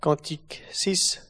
Cantique 6.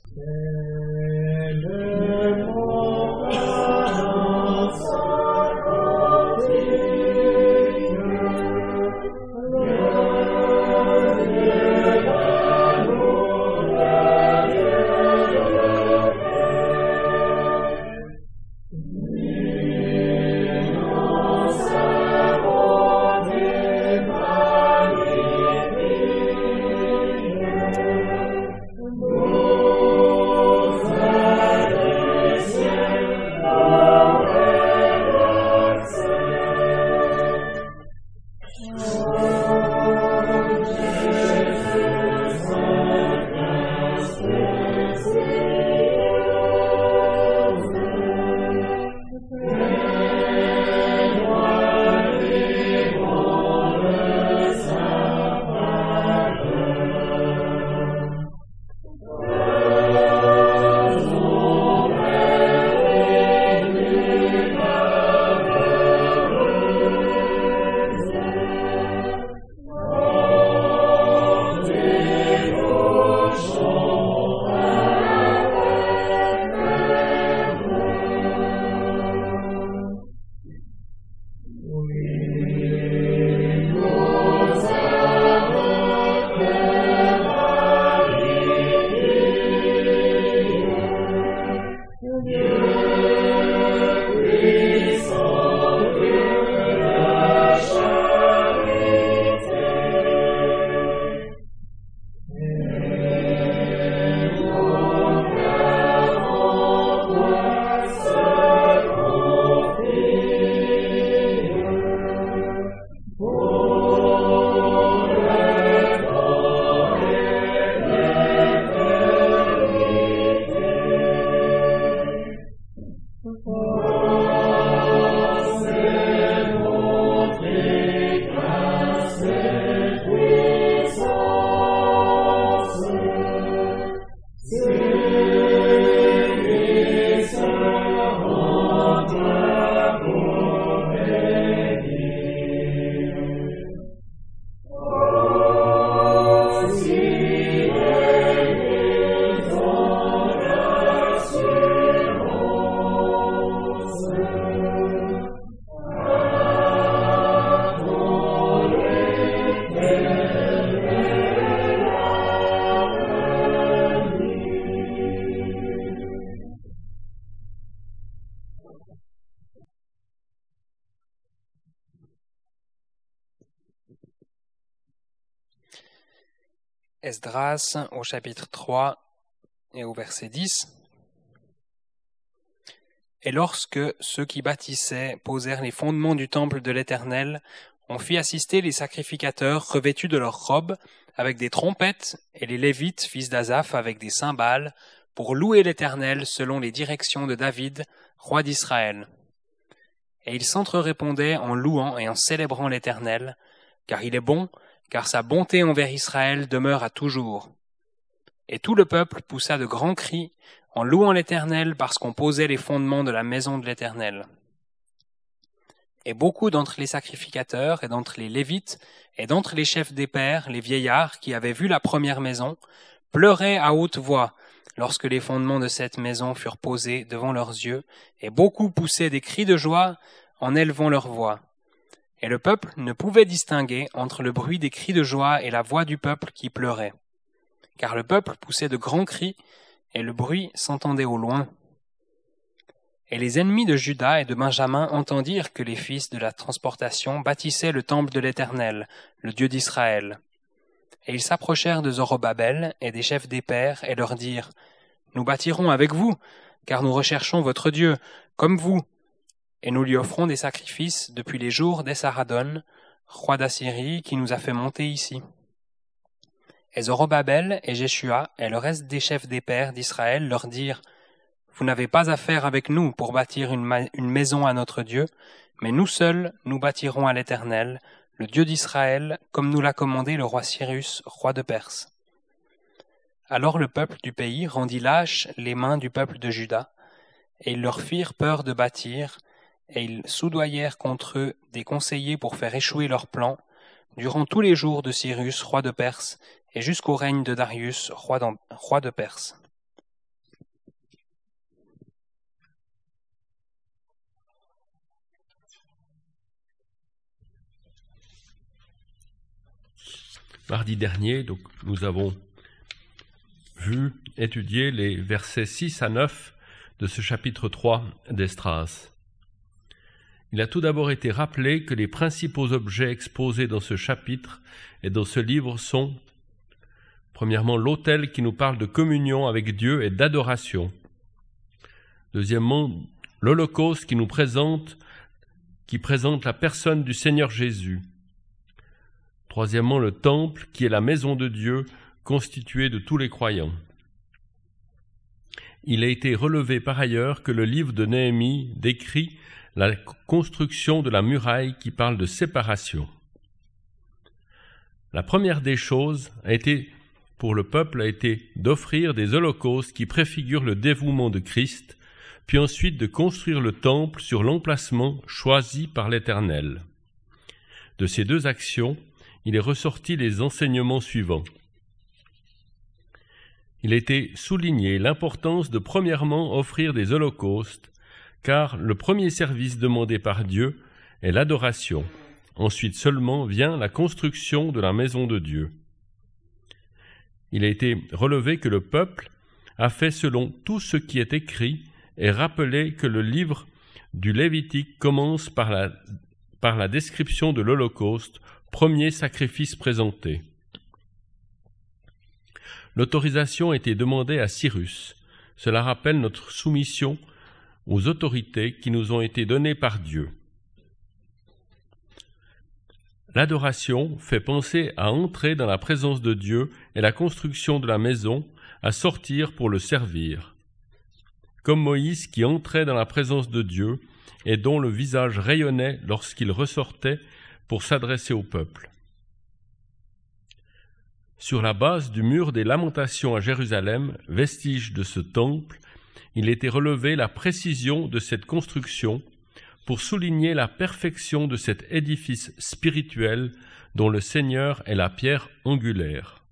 Esdras au chapitre 3 et au verset 10. Et lorsque ceux qui bâtissaient posèrent les fondements du temple de l'Éternel, on fit assister les sacrificateurs revêtus de leurs robes avec des trompettes et les Lévites, fils d'Asaph, avec des cymbales, pour louer l'Éternel selon les directions de David, roi d'Israël. Et ils s'entrerépondaient en louant et en célébrant l'Éternel, car il est bon, car sa bonté envers Israël demeure à toujours. Et tout le peuple poussa de grands cris en louant l'Éternel parce qu'on posait les fondements de la maison de l'Éternel. Et beaucoup d'entre les sacrificateurs et d'entre les Lévites et d'entre les chefs des pères, les vieillards qui avaient vu la première maison, pleuraient à haute voix lorsque les fondements de cette maison furent posés devant leurs yeux, et beaucoup poussaient des cris de joie en élevant leur voix. Et le peuple ne pouvait distinguer entre le bruit des cris de joie et la voix du peuple qui pleurait. Car le peuple poussait de grands cris, et le bruit s'entendait au loin. Et les ennemis de Juda et de Benjamin entendirent que les fils de la transportation bâtissaient le temple de l'Éternel, le Dieu d'Israël. Et ils s'approchèrent de Zorobabel et des chefs des pères, et leur dirent : « Nous bâtirons avec vous, car nous recherchons votre Dieu, comme vous. Et nous lui offrons des sacrifices depuis les jours d'Esarhaddon, roi d'Assyrie, qui nous a fait monter ici. » Et Zorobabel et Jéshua et le reste des chefs des pères d'Israël leur dirent : « Vous n'avez pas affaire avec nous pour bâtir une maison à notre Dieu, mais nous seuls nous bâtirons à l'Éternel, le Dieu d'Israël, comme nous l'a commandé le roi Cyrus, roi de Perse. » Alors le peuple du pays rendit lâches les mains du peuple de Juda, et ils leur firent peur de bâtir, et ils soudoyèrent contre eux des conseillers pour faire échouer leurs plans, durant tous les jours de Cyrus, roi de Perse, et jusqu'au règne de Darius, roi de Perse. Mardi dernier, donc, nous avons étudié les versets 6 à 9 de ce chapitre 3 d'Esdras. Il a tout d'abord été rappelé que les principaux objets exposés dans ce chapitre et dans ce livre sont, premièrement, l'autel qui nous parle de communion avec Dieu et d'adoration. Deuxièmement, l'Holocauste qui présente la personne du Seigneur Jésus. Troisièmement, le temple qui est la maison de Dieu constituée de tous les croyants. Il a été relevé par ailleurs que le livre de Néhémie décrit la construction de la muraille qui parle de séparation. La première des choses pour le peuple a été d'offrir des holocaustes qui préfigurent le dévouement de Christ, puis ensuite de construire le temple sur l'emplacement choisi par l'Éternel. De ces deux actions, il est ressorti les enseignements suivants. Il a été souligné l'importance de premièrement offrir des holocaustes, car le premier service demandé par Dieu est l'adoration. Ensuite seulement vient la construction de la maison de Dieu. Il a été relevé que le peuple a fait selon tout ce qui est écrit et rappelé que le livre du Lévitique commence par la description de l'Holocauste, premier sacrifice présenté. L'autorisation a été demandée à Cyrus. Cela rappelle notre soumission aux autorités qui nous ont été données par Dieu. L'adoration fait penser à entrer dans la présence de Dieu et la construction de la maison, à sortir pour le servir. Comme Moïse qui entrait dans la présence de Dieu et dont le visage rayonnait lorsqu'il ressortait pour s'adresser au peuple. Sur la base du mur des Lamentations à Jérusalem, vestige de ce temple, il était relevé la précision de cette construction pour souligner la perfection de cet édifice spirituel dont le Seigneur est la pierre angulaire.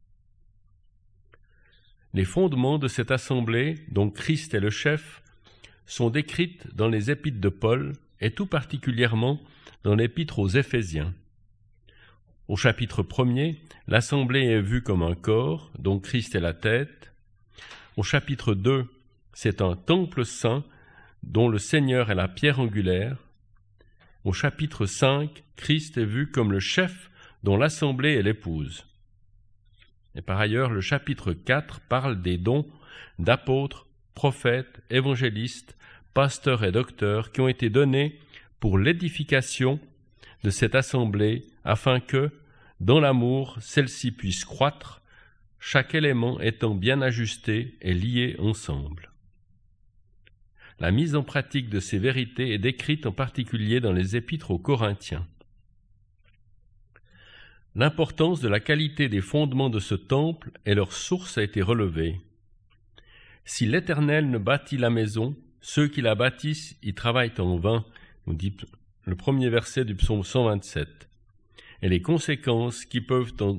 Les fondements de cette assemblée, dont Christ est le chef, sont décrites dans les épîtres de Paul et tout particulièrement dans l'épître aux Éphésiens. Au chapitre 1er, l'assemblée est vue comme un corps, dont Christ est la tête. Au chapitre 2, c'est un temple saint, dont le Seigneur est la pierre angulaire. Au chapitre 5, Christ est vu comme le chef, dont l'assemblée est l'épouse. Et par ailleurs, le chapitre 4 parle des dons d'apôtres, prophètes, évangélistes, pasteurs et docteurs qui ont été donnés pour l'édification de cette assemblée, afin que, dans l'amour, celle-ci puisse croître, chaque élément étant bien ajusté et lié ensemble. La mise en pratique de ces vérités est décrite en particulier dans les épîtres aux Corinthiens. L'importance de la qualité des fondements de ce temple et leur source a été relevée. Si l'Éternel ne bâtit la maison, ceux qui la bâtissent y travaillent en vain, nous dit le premier verset du psaume 127. Et les conséquences qui peuvent en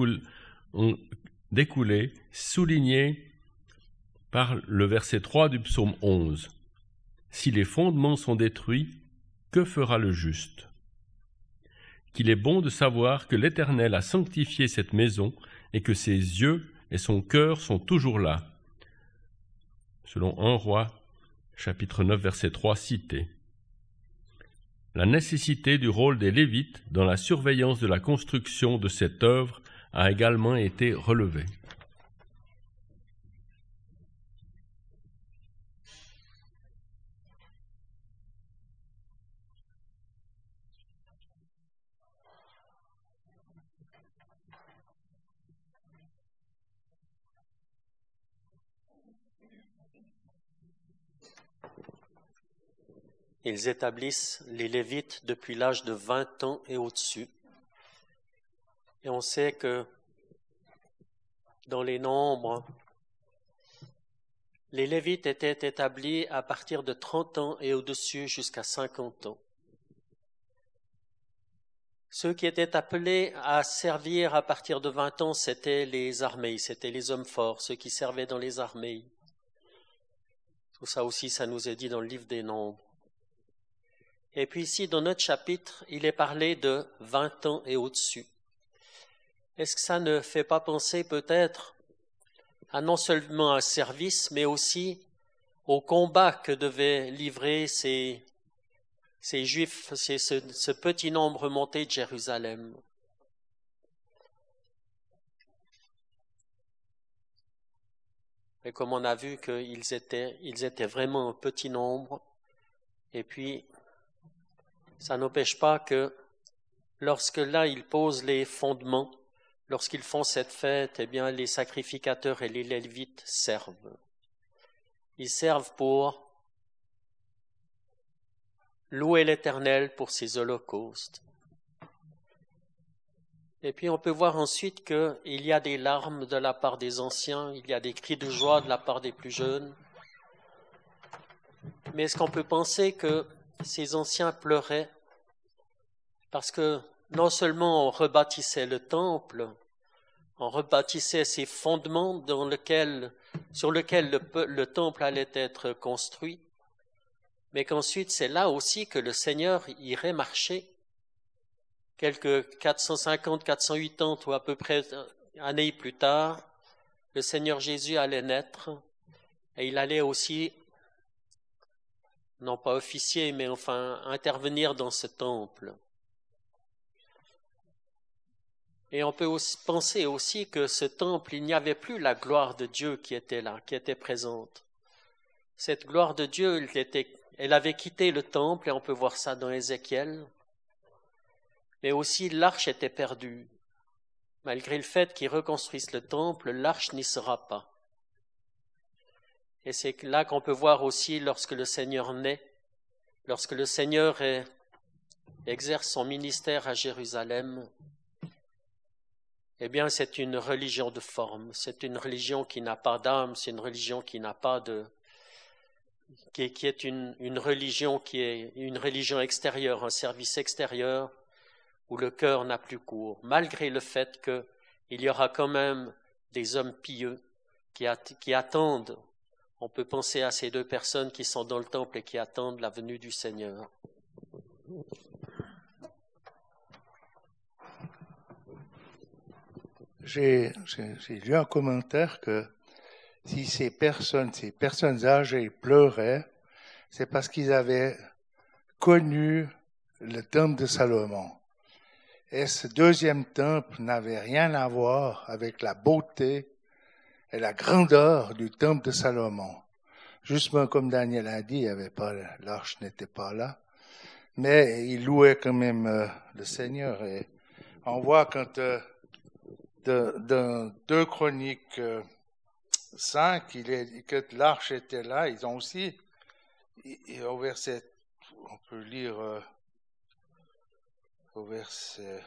découler, soulignées par le verset 3 du psaume 11. Si les fondements sont détruits, que fera le juste ? Qu'il est bon de savoir que l'Éternel a sanctifié cette maison et que ses yeux et son cœur sont toujours là. Selon 1 Roi, chapitre 9, verset 3, cité. La nécessité du rôle des Lévites dans la surveillance de la construction de cette œuvre a également été relevée. Ils établissent les Lévites depuis l'âge de 20 ans et au-dessus. Et on sait que dans les nombres, les Lévites étaient établis à partir de 30 ans et au-dessus jusqu'à 50 ans. Ceux qui étaient appelés à servir à partir de 20 ans, c'était les armées, c'était les hommes forts, ceux qui servaient dans les armées. Tout ça aussi, ça nous est dit dans le livre des Nombres. Et puis ici, dans notre chapitre, il est parlé de 20 ans et au-dessus. Est-ce que ça ne fait pas penser peut-être à non seulement un service, mais aussi au combat que devaient livrer ces Juifs, c'est ce petit nombre monté de Jérusalem. Et comme on a vu qu'ils étaient vraiment un petit nombre, et puis ça n'empêche pas que lorsque là ils posent les fondements, lorsqu'ils font cette fête, eh bien les sacrificateurs et les Lévites servent. Ils servent pour louer l'Éternel pour ses holocaustes. Et puis on peut voir ensuite qu'il y a des larmes de la part des anciens, il y a des cris de joie de la part des plus jeunes. Mais est-ce qu'on peut penser que ces anciens pleuraient parce que non seulement on rebâtissait le temple, on rebâtissait ces fondements sur lesquels le temple allait être construit, mais qu'ensuite c'est là aussi que le Seigneur irait marcher. Quelques 450-480 ou à peu près années plus tard, le Seigneur Jésus allait naître et il allait aussi, non pas officier, mais enfin intervenir dans ce temple. Et on peut aussi penser aussi que ce temple, il n'y avait plus la gloire de Dieu qui était là, qui était présente. Cette gloire de Dieu, elle avait quitté le temple, et on peut voir ça dans Ézéchiel. Mais aussi l'arche était perdue. Malgré le fait qu'ils reconstruisent le temple, l'arche n'y sera pas. Et c'est là qu'on peut voir aussi lorsque le Seigneur naît, lorsque le Seigneur exerce son ministère à Jérusalem, eh bien c'est une religion de forme, c'est une religion qui n'a pas d'âme, c'est une religion qui n'a pas qui est une religion qui est une religion extérieure, un service extérieur, où le cœur n'a plus cours, malgré le fait qu'il y aura quand même des hommes pieux qui attendent. On peut penser à ces deux personnes qui sont dans le temple et qui attendent la venue du Seigneur. J'ai lu un commentaire que si ces personnes âgées pleuraient, c'est parce qu'ils avaient connu le temple de Salomon. Et ce deuxième temple n'avait rien à voir avec la beauté et la grandeur du temple de Salomon. Justement, comme Daniel a dit, l'arche n'était pas là, mais il louait quand même le Seigneur. Et on voit quand dans 2 Chroniques 5, que l'arche était là, ils ont aussi, au verset, on peut lire au verset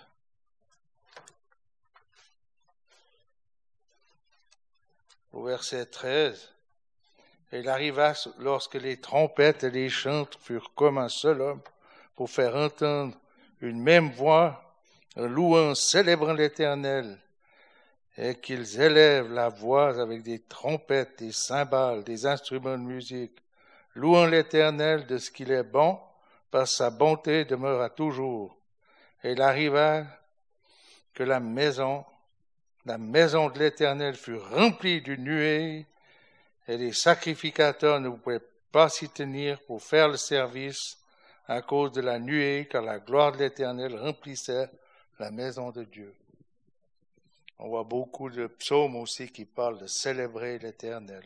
13, il arriva lorsque les trompettes et les chantres furent comme un seul homme pour faire entendre une même voix, louant, célébrant l'Éternel, et qu'ils élèvent la voix avec des trompettes, des cymbales, des instruments de musique, louant l'Éternel de ce qu'il est bon, parce que sa bonté demeure à toujours. Et il arriva que la maison de l'Éternel fut remplie d'une nuée, et les sacrificateurs ne pouvaient pas s'y tenir pour faire le service à cause de la nuée, car la gloire de l'Éternel remplissait la maison de Dieu. On voit beaucoup de psaumes aussi qui parlent de célébrer l'Éternel.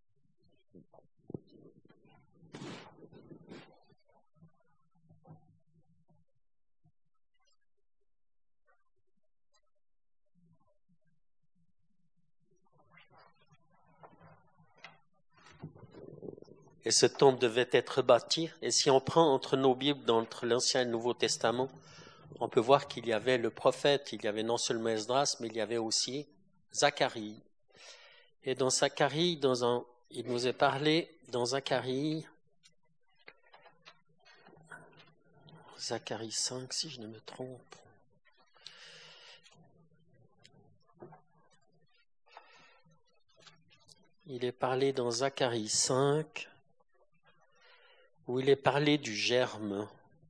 Et ce temple devait être bâti. Et si on prend entre nos Bibles, entre l'Ancien et le Nouveau Testament, on peut voir qu'il y avait le prophète, il y avait non seulement Esdras, mais il y avait aussi Zacharie. Et dans Zacharie, il nous est parlé dans Zacharie 5, si je ne me trompe. Il est parlé dans Zacharie 5, où il est parlé du germe.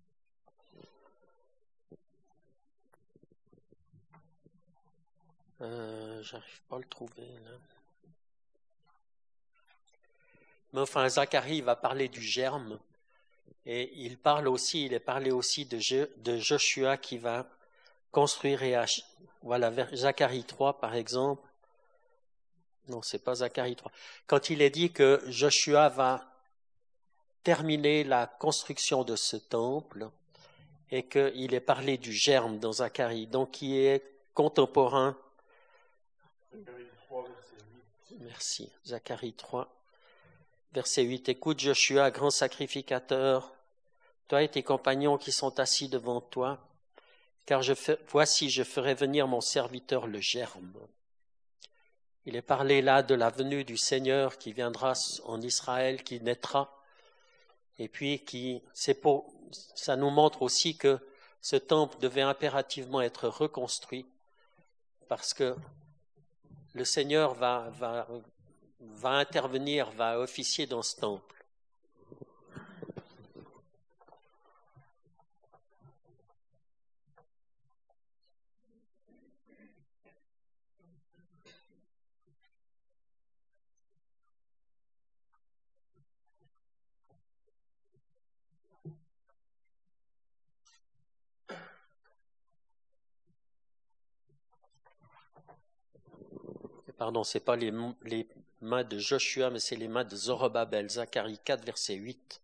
J'arrive pas à le trouver là. Mais enfin, Zacharie va parler du germe, et il est parlé aussi de Joshua qui va construire voilà, Zacharie 3 par exemple. Non, c'est pas Zacharie 3. Quand il est dit que Joshua va terminer la construction de ce temple et qu'il est parlé du germe dans Zacharie, donc qui est contemporain. Zacharie 3, verset 8. Merci. Zacharie 3, verset 8. Écoute Joshua, grand sacrificateur, toi et tes compagnons qui sont assis devant toi, car voici, je ferai venir mon serviteur le germe. Il est parlé là de la venue du Seigneur qui viendra en Israël, qui naîtra, et puis ça nous montre aussi que ce temple devait impérativement être reconstruit, parce que le Seigneur va intervenir, va officier dans ce temple. Pardon, ce n'est pas les mains de Joshua, mais c'est les mains de Zorobabel. Zacharie 4, verset 8.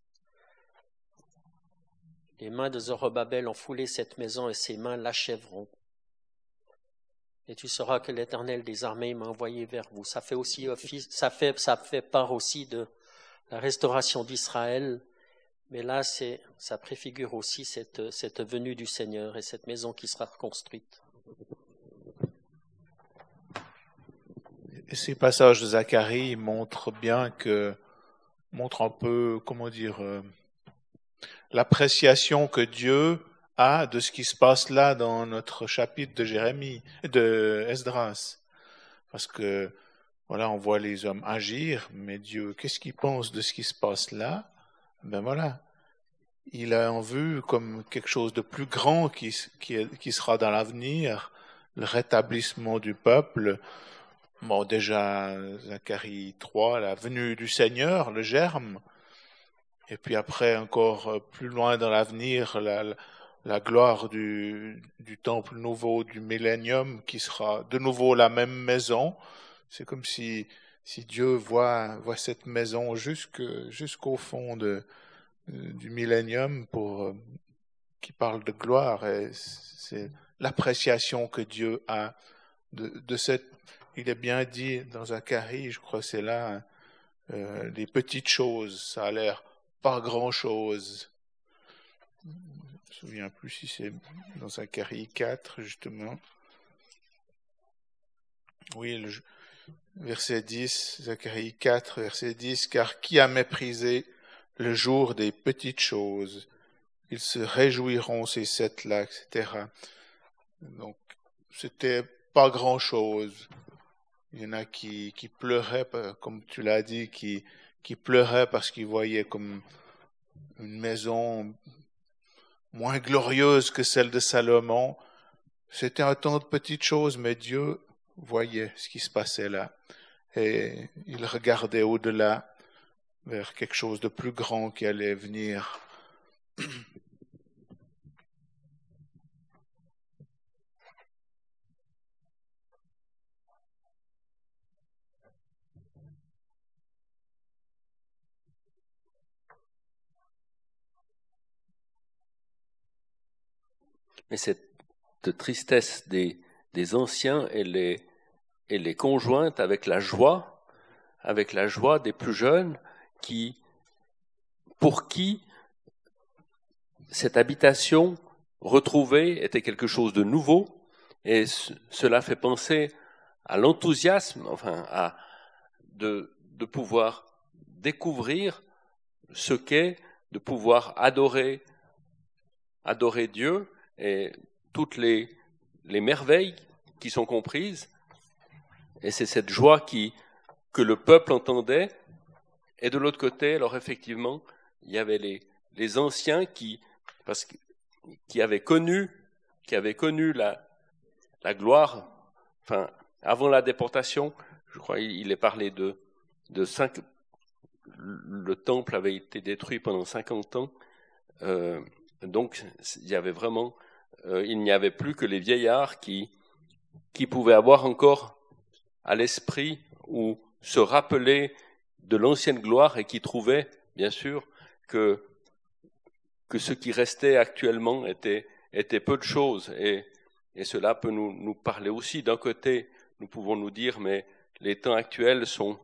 Les mains de Zorobabel ont foulé cette maison et ses mains l'achèveront. Et tu sauras que l'Éternel des armées m'a envoyé vers vous. Ça fait aussi ça fait part aussi de la restauration d'Israël, mais là, ça préfigure aussi cette venue du Seigneur et cette maison qui sera reconstruite. Et ces passages de Zacharie montrent un peu, l'appréciation que Dieu a de ce qui se passe là dans notre chapitre de Esdras. Parce que, voilà, on voit les hommes agir, mais Dieu, qu'est-ce qu'il pense de ce qui se passe là? Ben voilà. Il a en vue comme quelque chose de plus grand qui sera dans l'avenir, le rétablissement du peuple. Bon, déjà, Zacharie 3, la venue du Seigneur, le germe. Et puis après, encore plus loin dans l'avenir, la gloire du temple nouveau, du millénium, qui sera de nouveau la même maison. C'est comme si Dieu voit cette maison jusqu'au fond du millénium qui parle de gloire. Et c'est l'appréciation que Dieu a de cette. Il est bien dit dans Zacharie, je crois que c'est là, les petites choses, ça a l'air pas grand-chose. Je ne me souviens plus si c'est dans Zacharie 4, justement. Oui, verset 10, Zacharie 4, verset 10, « Car qui a méprisé le jour des petites choses? Ils se réjouiront ces sept-là, etc. » Donc, c'était pas grand-chose. Il y en a qui pleuraient, comme tu l'as dit, qui pleuraient parce qu'ils voyaient comme une maison moins glorieuse que celle de Salomon. C'était un temps de petites choses, mais Dieu voyait ce qui se passait là. Et il regardait au-delà, vers quelque chose de plus grand qui allait venir. Mais cette tristesse des anciens, elle est conjointe avec la joie des plus jeunes pour qui cette habitation retrouvée était quelque chose de nouveau, et cela fait penser à l'enthousiasme, de pouvoir découvrir ce qu'est de pouvoir adorer Dieu et toutes les merveilles qui sont comprises. Et c'est cette joie qui que le peuple entendait, et de l'autre côté, alors effectivement, il y avait les anciens qui avaient connu la gloire, enfin, avant la déportation, je crois il est parlé de 5, le temple avait été détruit pendant 50 ans, donc il y avait vraiment, il n'y avait plus que les vieillards qui pouvaient avoir encore à l'esprit ou se rappeler de l'ancienne gloire et qui trouvaient, bien sûr, que ce qui restait actuellement était peu de choses. Et cela peut nous parler aussi. D'un côté, nous pouvons nous dire, mais les temps actuels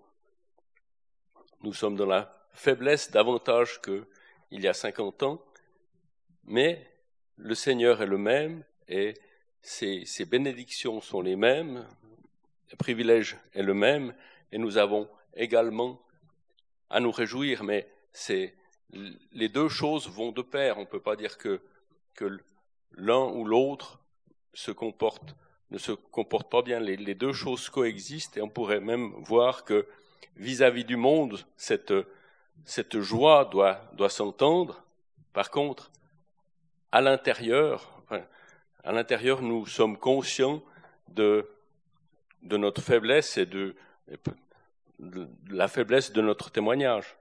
nous sommes dans la faiblesse davantage qu'il y a 50 ans, mais le Seigneur est le même et ses bénédictions sont les mêmes, le privilège est le même, et nous avons également à nous réjouir, mais les deux choses vont de pair. On ne peut pas dire que l'un ou l'autre ne se comporte pas bien. Les deux choses coexistent, et on pourrait même voir que vis-à-vis du monde, cette joie doit s'entendre. Par contre, à l'intérieur, nous sommes conscients de notre faiblesse et de la faiblesse de notre témoignage.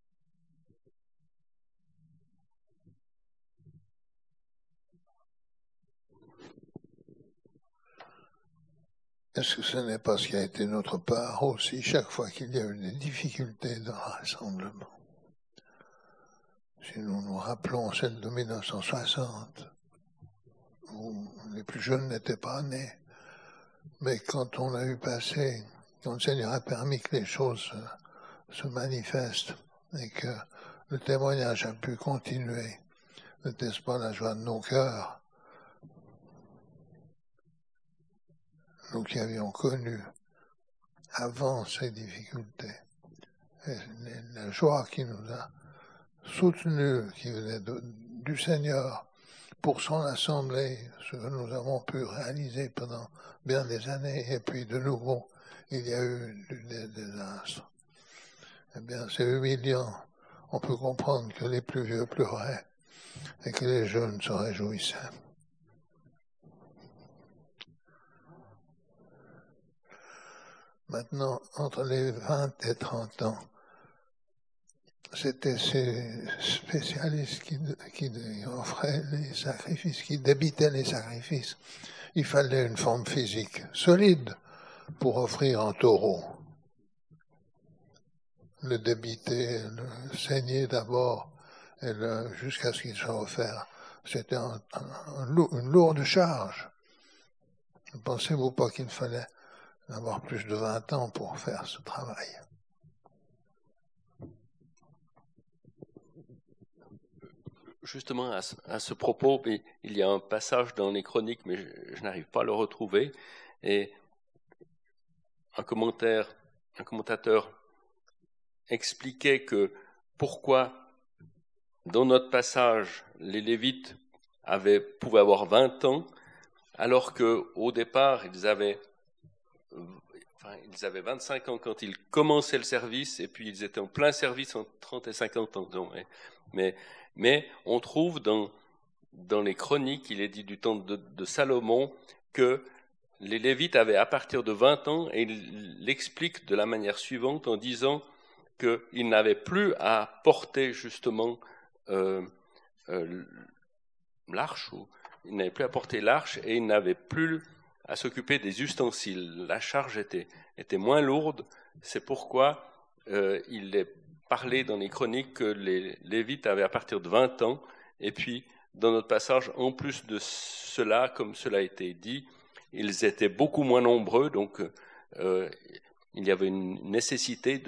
Est-ce que ce n'est pas ce qui a été notre part aussi chaque fois qu'il y a eu des difficultés dans le rassemblement? Si nous nous rappelons celle de 1960, où les plus jeunes n'étaient pas nés, mais quand on a eu passé, quand le Seigneur a permis que les choses se manifestent et que le témoignage a pu continuer, n'était-ce pas la joie de nos cœurs? Nous qui avions connu avant ces difficultés, et la joie qui nous a soutenus, qui venait du Seigneur pour son assemblée, ce que nous avons pu réaliser pendant bien des années, et puis de nouveau, il y a eu des désastres. Eh bien, c'est humiliant. On peut comprendre que les plus vieux pleuraient et que les jeunes se réjouissaient. Maintenant, entre les 20 et 30 ans, c'était ces spécialistes qui offraient les sacrifices, qui débitaient les sacrifices. Il fallait une forme physique solide pour offrir un taureau. Le débiter, le saigner d'abord, et jusqu'à ce qu'il soit offert. C'était une lourde charge. Ne pensez-vous pas qu'il fallait avoir plus de 20 ans pour faire ce travail? Justement, à ce propos, il y a un passage dans les Chroniques, mais je n'arrive pas à le retrouver, et un commentateur expliquait que pourquoi, dans notre passage, les Lévites pouvaient avoir 20 ans, alors qu'au départ, ils avaient 25 ans quand ils commençaient le service, et puis ils étaient en plein service entre 30 et 50 ans. Mais on trouve dans les Chroniques, il est dit du temps de Salomon, que les Lévites avaient à partir de 20 ans, et il l'explique de la manière suivante en disant qu'ils n'avaient plus à porter justement l'arche, ils n'avaient plus à porter l'arche, et ils n'avaient plus à s'occuper des ustensiles. La charge était moins lourde. C'est pourquoi il est parlé dans les Chroniques que les Lévites avaient à partir de 20 ans. Et puis, dans notre passage, en plus de cela, comme cela a été dit, ils étaient beaucoup moins nombreux. Donc, il y avait une nécessité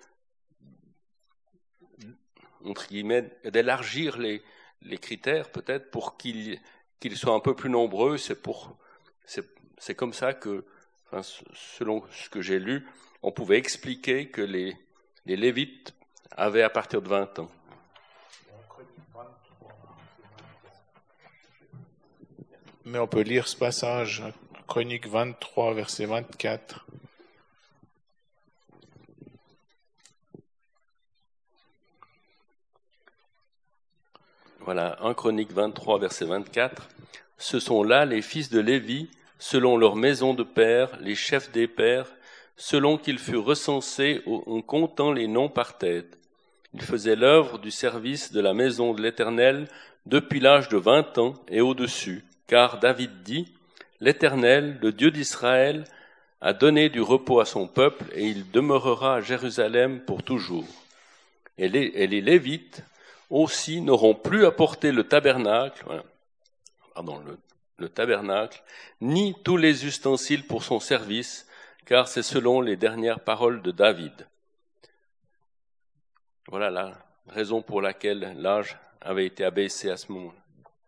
entre guillemets, d'élargir les critères, peut-être, pour qu'ils soient un peu plus nombreux. C'est comme ça que, selon ce que j'ai lu, on pouvait expliquer que les Lévites avaient à partir de 20 ans. Mais on peut lire ce passage, Chronique 23, verset 24. Voilà, 1 Chronique 23, verset 24. Ce sont là les fils de Lévi, selon leur maison de père, les chefs des pères, selon qu'ils furent recensés en comptant les noms par tête. Ils faisaient l'œuvre du service de la maison de l'Éternel depuis l'âge de 20 ans et au-dessus, car David dit, « L'Éternel, le Dieu d'Israël, a donné du repos à son peuple et il demeurera à Jérusalem pour toujours. » Et les Lévites aussi n'auront plus à porter le tabernacle, le tabernacle, ni tous les ustensiles pour son service, car c'est selon les dernières paroles de David. Voilà la raison pour laquelle l'âge avait été abaissé à ce moment-là.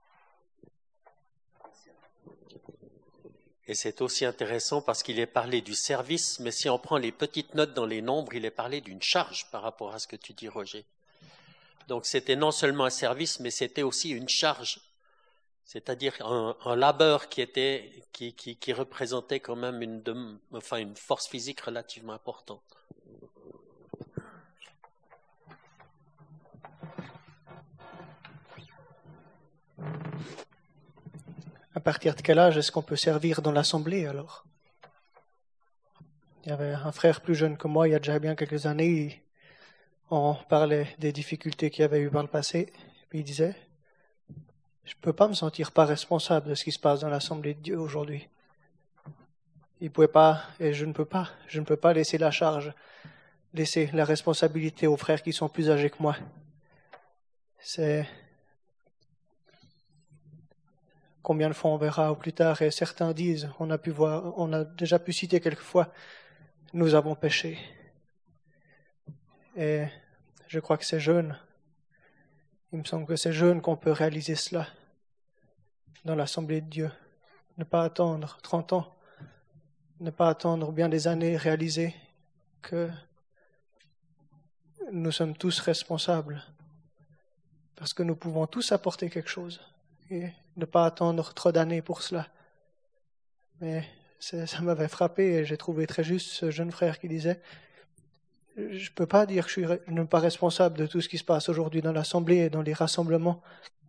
Et c'est aussi intéressant parce qu'il est parlé du service, mais si on prend les petites notes dans les nombres, il est parlé d'une charge par rapport à ce que tu dis, Roger. Donc c'était non seulement un service, mais c'était aussi une charge, c'est-à-dire un labeur qui représentait quand même une force physique relativement importante. À partir de quel âge est-ce qu'on peut servir dans l'assemblée alors? Il y avait un frère plus jeune que moi, il y a déjà bien quelques années, on parlait des difficultés qu'il y avait eu par le passé, et puis il disait, je ne peux pas me sentir pas responsable de ce qui se passe dans l'assemblée de Dieu aujourd'hui. Il pouvait pas, et je ne peux pas laisser la charge, laisser la responsabilité aux frères qui sont plus âgés que moi. C'est combien de fois on verra au plus tard, et certains disent, on a déjà pu citer quelquefois, nous avons péché. Et je crois que c'est jeune. Il me semble que c'est jeune qu'on peut réaliser cela dans l'Assemblée de Dieu. Ne pas attendre 30 ans, ne pas attendre bien des années, réaliser que nous sommes tous responsables parce que nous pouvons tous apporter quelque chose et ne pas attendre trop d'années pour cela. Mais ça m'avait frappé et j'ai trouvé très juste ce jeune frère qui disait « Je ne peux pas dire que je ne suis pas responsable de tout ce qui se passe aujourd'hui dans l'Assemblée et dans les rassemblements. »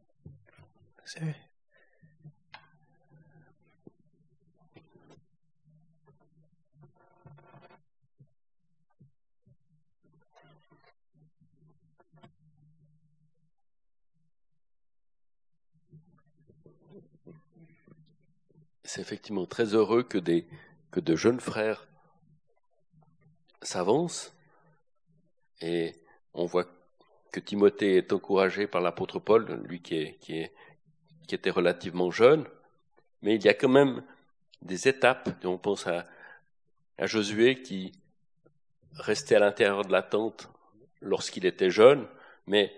C'est effectivement très heureux que de jeunes frères s'avancent et on voit que Timothée est encouragé par l'apôtre Paul, lui qui était relativement jeune, mais il y a quand même des étapes. On pense à Josué qui restait à l'intérieur de la tente lorsqu'il était jeune, mais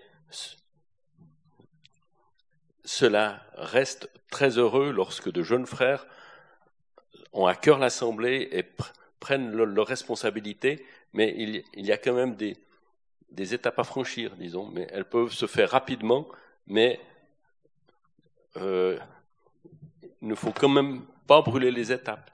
cela reste très heureux lorsque de jeunes frères ont à cœur l'assemblée et prennent leurs responsabilités, mais il y a quand même des étapes à franchir, disons, mais elles peuvent se faire rapidement, mais il ne faut quand même pas brûler les étapes.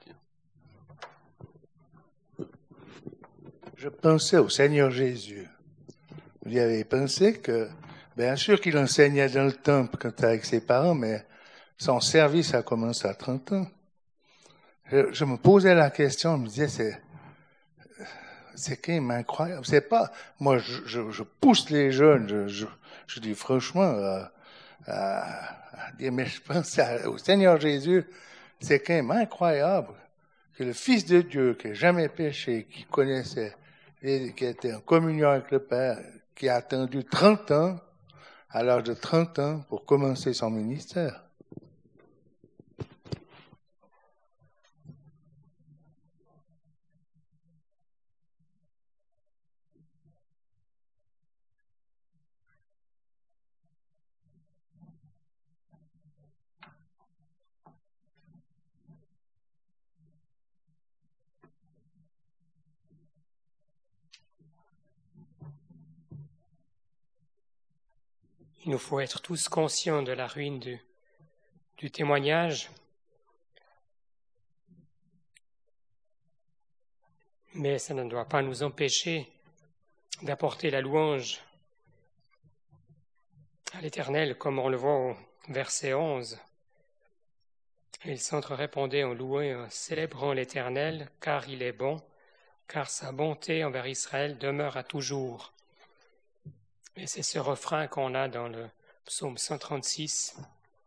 Je pensais au Seigneur Jésus. Vous y avez pensé que, bien sûr qu'il enseignait dans le temple quand il était avec ses parents, mais son service a commencé à 30 ans. Je me posais la question, je me disais, c'est quand même incroyable. C'est pas, moi, je pousse les jeunes, je dis franchement, mais je pense au Seigneur Jésus, c'est quand même incroyable que le Fils de Dieu, qui n'a jamais péché, qui connaissait, qui était en communion avec le Père, qui a attendu 30 ans, à l'âge de 30 ans, pour commencer son ministère. Il nous faut être tous conscients de la ruine du témoignage, mais ça ne doit pas nous empêcher d'apporter la louange à l'Éternel, comme on le voit au verset 11. Et le centre répondait en louant et en célébrant l'Éternel, car il est bon, car sa bonté envers Israël demeure à toujours. Et c'est ce refrain qu'on a dans le psaume 136,